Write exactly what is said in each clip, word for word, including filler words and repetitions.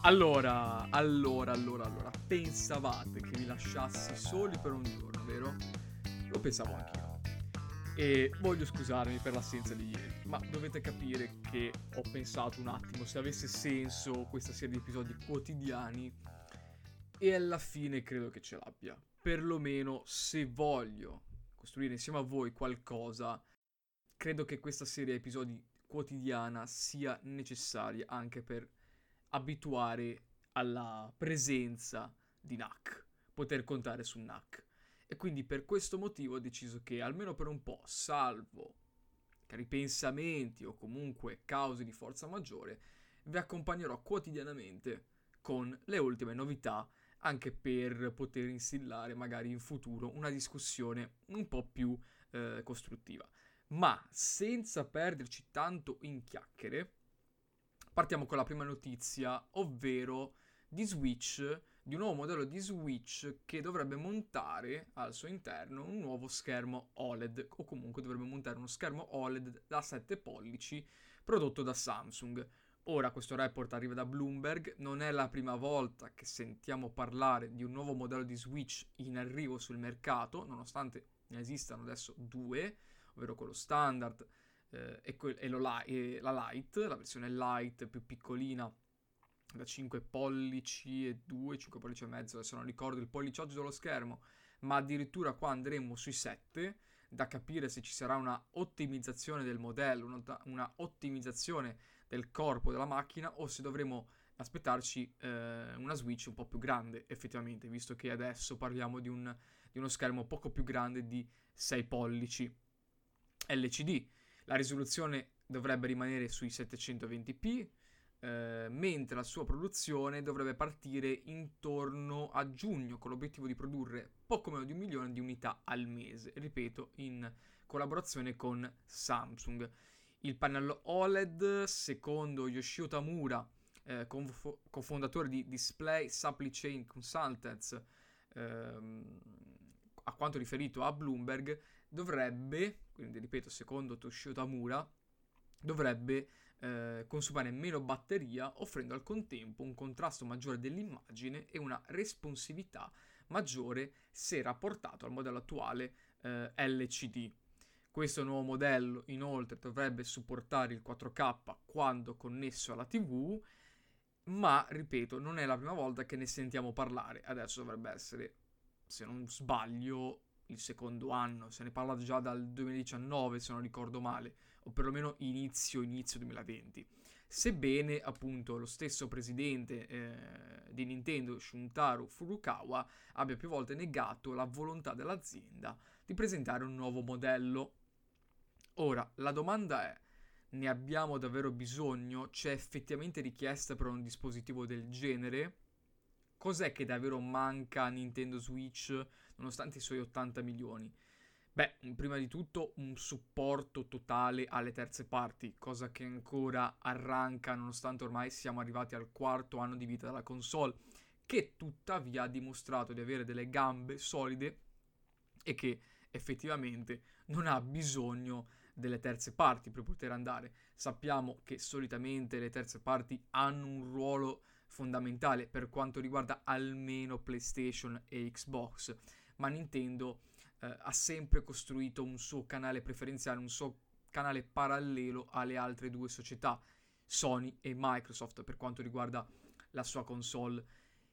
Allora, allora, allora, allora, pensavate che vi lasciassi soli per un giorno, vero? Lo pensavo anch'io. E voglio scusarmi per l'assenza di ieri, ma dovete capire che ho pensato un attimo se avesse senso questa serie di episodi quotidiani e alla fine credo che ce l'abbia. Perlomeno se voglio costruire insieme a voi qualcosa, credo che questa serie di episodi quotidiana sia necessaria anche per abituare alla presenza di N A C, poter contare su N A C. E quindi per questo motivo ho deciso che almeno per un po', salvo ripensamenti o comunque cause di forza maggiore, vi accompagnerò quotidianamente con le ultime novità, anche per poter instillare magari in futuro una discussione un po' più eh, costruttiva. Ma senza perderci tanto in chiacchiere, partiamo con la prima notizia, ovvero di Switch, di un nuovo modello di Switch che dovrebbe montare al suo interno un nuovo schermo O L E D, o comunque dovrebbe montare uno schermo O L E D da sette pollici prodotto da Samsung. Ora questo report arriva da Bloomberg, non è la prima volta che sentiamo parlare di un nuovo modello di Switch in arrivo sul mercato, nonostante ne esistano adesso due, ovvero quello standard eh, e, que- e, lo li- e la Lite, la versione Lite più piccolina da cinque pollici e due, cinque pollici e mezzo, adesso non ricordo il polliciaggio dello schermo, ma addirittura qua andremo sui sette, da capire se ci sarà una ottimizzazione del modello, una, una ottimizzazione del corpo della macchina o se dovremo aspettarci eh, una Switch un po' più grande effettivamente, visto che adesso parliamo di, un, di uno schermo poco più grande di sei pollici L C D. La risoluzione dovrebbe rimanere sui settecentoventi p, eh, mentre la sua produzione dovrebbe partire intorno a giugno con l'obiettivo di produrre poco meno di un milione di unità al mese, ripeto, in collaborazione con Samsung. Il pannello O L E D, secondo Yoshio Tamura, eh, conf- cofondatore di Display Supply Chain Consultants, ehm, a quanto riferito a Bloomberg, dovrebbe, quindi ripeto, secondo Toshio Tamura, dovrebbe eh, consumare meno batteria, offrendo al contempo un contrasto maggiore dell'immagine e una responsività maggiore se rapportato al modello attuale eh, L C D. Questo nuovo modello inoltre dovrebbe supportare il quattro K quando connesso alla tivù, ma ripeto, non è la prima volta che ne sentiamo parlare. Adesso dovrebbe essere, se non sbaglio, il secondo anno. Se ne parla già dal duemiladiciannove, se non ricordo male, o perlomeno inizio inizio duemilaventi. Sebbene appunto lo stesso presidente eh, di Nintendo, Shuntaro Furukawa, abbia più volte negato la volontà dell'azienda di presentare un nuovo modello. Ora, la domanda è: ne abbiamo davvero bisogno? C'è effettivamente richiesta per un dispositivo del genere? Cos'è che davvero manca a Nintendo Switch nonostante i suoi ottanta milioni? Beh, prima di tutto un supporto totale alle terze parti, cosa che ancora arranca nonostante ormai siamo arrivati al quarto anno di vita della console, che tuttavia ha dimostrato di avere delle gambe solide e che effettivamente non ha bisogno delle terze parti per poter andare. Sappiamo che solitamente le terze parti hanno un ruolo fondamentale per quanto riguarda almeno PlayStation e Xbox, ma Nintendo eh, ha sempre costruito un suo canale preferenziale, un suo canale parallelo alle altre due società, Sony e Microsoft, per quanto riguarda la sua console.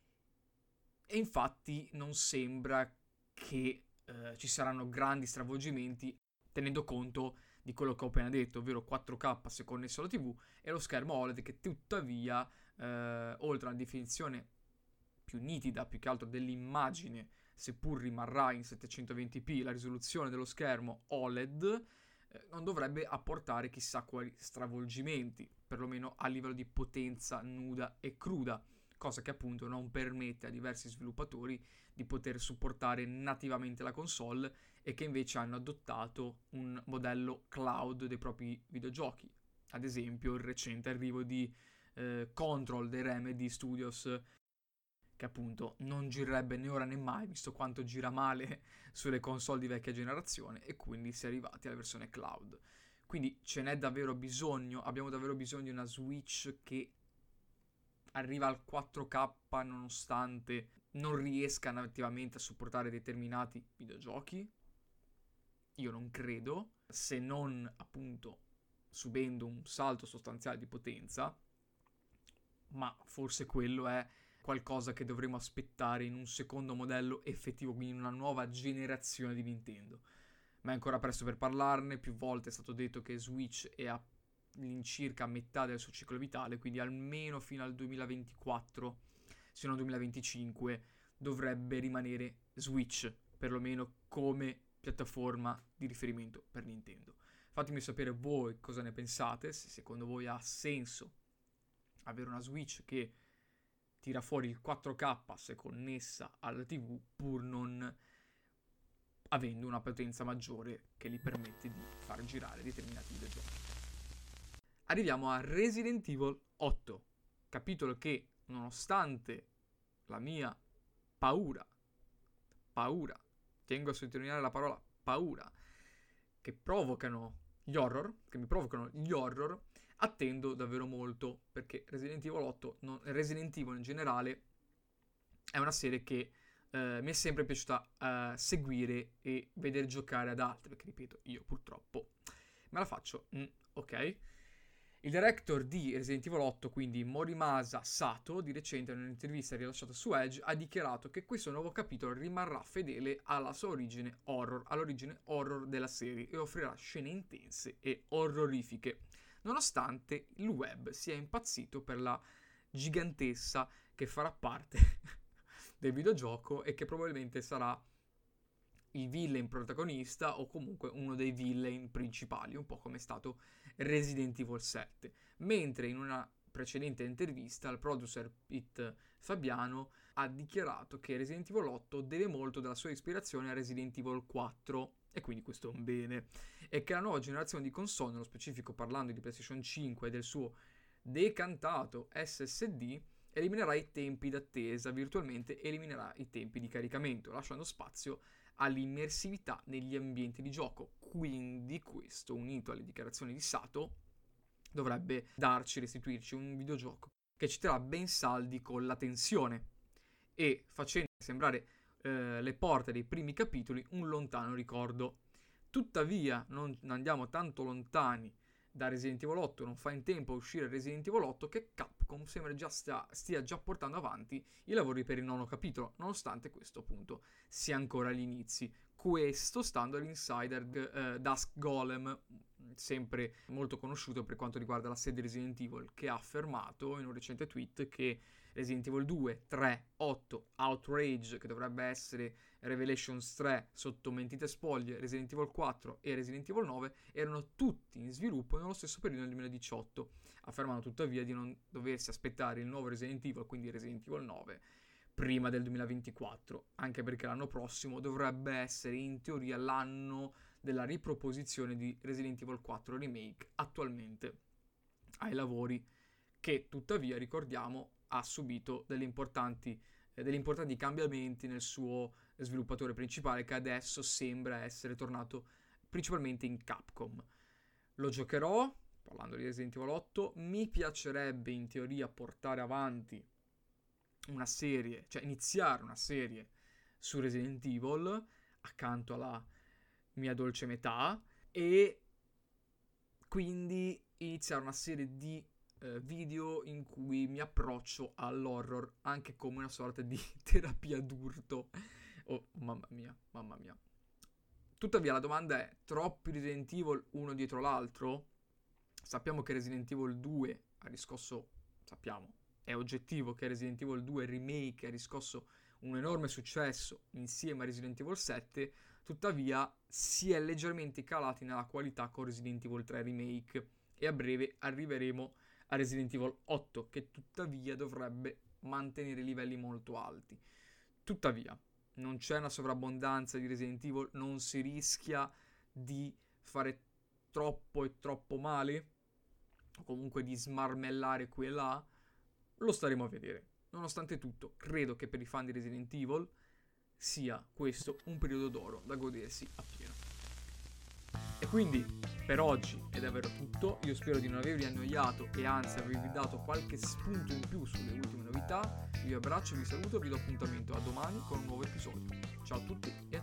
E infatti non sembra che eh, ci saranno grandi stravolgimenti tenendo conto di quello che ho appena detto, ovvero quattro K se connesso alla tivù e lo schermo O L E D che tuttavia, eh, oltre alla definizione più nitida, più che altro dell'immagine, seppur rimarrà in settecentoventi p la risoluzione dello schermo O L E D, eh, non dovrebbe apportare chissà quali stravolgimenti, perlomeno a livello di potenza nuda e cruda, cosa che appunto non permette a diversi sviluppatori di poter supportare nativamente la console e che invece hanno adottato un modello cloud dei propri videogiochi. Ad esempio il recente arrivo di eh, Control dei Remedy Studios, che appunto non girerebbe né ora né mai, visto quanto gira male sulle console di vecchia generazione, e quindi si è arrivati alla versione cloud. Quindi ce n'è davvero bisogno, abbiamo davvero bisogno di una Switch che arriva al quattro K nonostante non riesca nativamente a supportare determinati videogiochi? Io non credo, se non appunto subendo un salto sostanziale di potenza, ma forse quello è qualcosa che dovremo aspettare in un secondo modello effettivo, quindi in una nuova generazione di Nintendo. Ma è ancora presto per parlarne, più volte è stato detto che Switch è all'incirca a metà del suo ciclo vitale, quindi almeno fino al duemilaventiquattro, se non duemilaventicinque, dovrebbe rimanere Switch, perlomeno come piattaforma di riferimento per Nintendo. Fatemi sapere voi cosa ne pensate, se secondo voi ha senso avere una Switch che tira fuori il quattro K se connessa alla tivù, pur non avendo una potenza maggiore che gli permette di far girare determinati videogiochi. Arriviamo a Resident Evil otto, capitolo che, nonostante la mia paura, paura, tengo a sottolineare la parola paura, che provocano gli horror, che mi provocano gli horror, attendo davvero molto, perché Resident Evil otto, non, Resident Evil in generale, è una serie che eh, mi è sempre piaciuta eh, seguire e vedere giocare ad altri, perché ripeto, io purtroppo me la faccio, mm, ok? Il director di Resident Evil otto, quindi Morimasa Sato, di recente in un'intervista rilasciata su Edge, ha dichiarato che questo nuovo capitolo rimarrà fedele alla sua origine horror, all'origine horror della serie, e offrirà scene intense e orrorifiche, nonostante il web sia impazzito per la gigantessa che farà parte del videogioco e che probabilmente sarà il villain protagonista o comunque uno dei villain principali, un po' come è stato Resident Evil sette. Mentre in una precedente intervista il producer Pete Fabiano ha dichiarato che Resident Evil otto deve molto della sua ispirazione a Resident Evil quattro, e quindi questo è un bene, e che la nuova generazione di console, nello specifico parlando di PlayStation cinque e del suo decantato S S D, eliminerà i tempi d'attesa, virtualmente eliminerà i tempi di caricamento, lasciando spazio all'immersività negli ambienti di gioco. Quindi questo, unito alle dichiarazioni di Sato, dovrebbe darci, restituirci un videogioco che ci terrà ben saldi con la tensione e facendo sembrare eh, le porte dei primi capitoli un lontano ricordo. Tuttavia non andiamo tanto lontani da Resident Evil otto, non fa in tempo a uscire Resident Evil otto, che Capcom sembra già stia, stia già portando avanti i lavori per il nono capitolo, nonostante questo appunto sia ancora agli inizi. Questo stando all'insider eh, Dusk Golem, sempre molto conosciuto per quanto riguarda la serie Resident Evil, che ha affermato in un recente tweet che Resident Evil due, tre, otto, Outrage, che dovrebbe essere Revelations tre sotto mentite spoglie, Resident Evil quattro e Resident Evil nove erano tutti in sviluppo nello stesso periodo del duemiladiciotto, affermando tuttavia di non doversi aspettare il nuovo Resident Evil, quindi Resident Evil nove, prima del duemilaventiquattro, anche perché l'anno prossimo dovrebbe essere in teoria l'anno della riproposizione di Resident Evil quattro Remake, attualmente ai lavori, che tuttavia, ricordiamo, ha subito delle importanti, eh, degli importanti cambiamenti nel suo sviluppatore principale, che adesso sembra essere tornato principalmente in Capcom. Lo giocherò, parlando di Resident Evil otto, mi piacerebbe in teoria portare avanti una serie, cioè iniziare una serie su Resident Evil accanto alla mia dolce metà, e quindi iniziare una serie di eh, video in cui mi approccio all'horror anche come una sorta di terapia d'urto. Oh, mamma mia, mamma mia. Tuttavia la domanda è: troppi Resident Evil uno dietro l'altro? Sappiamo che Resident Evil due ha riscosso, sappiamo, è oggettivo che Resident Evil due Remake ha riscosso un enorme successo insieme a Resident Evil sette, tuttavia si è leggermente calati nella qualità con Resident Evil tre Remake, e a breve arriveremo a Resident Evil otto, che tuttavia dovrebbe mantenere livelli molto alti. Tuttavia non c'è una sovrabbondanza di Resident Evil, non si rischia di fare troppo e troppo male, o comunque di smarmellare qui e là. Lo staremo a vedere. Nonostante tutto, credo che per i fan di Resident Evil sia questo un periodo d'oro da godersi appieno. E quindi per oggi è davvero tutto. Io spero di non avervi annoiato e anzi avervi dato qualche spunto in più sulle novità. Vi abbraccio, vi saluto, vi do appuntamento a domani con un nuovo episodio. Ciao a tutti e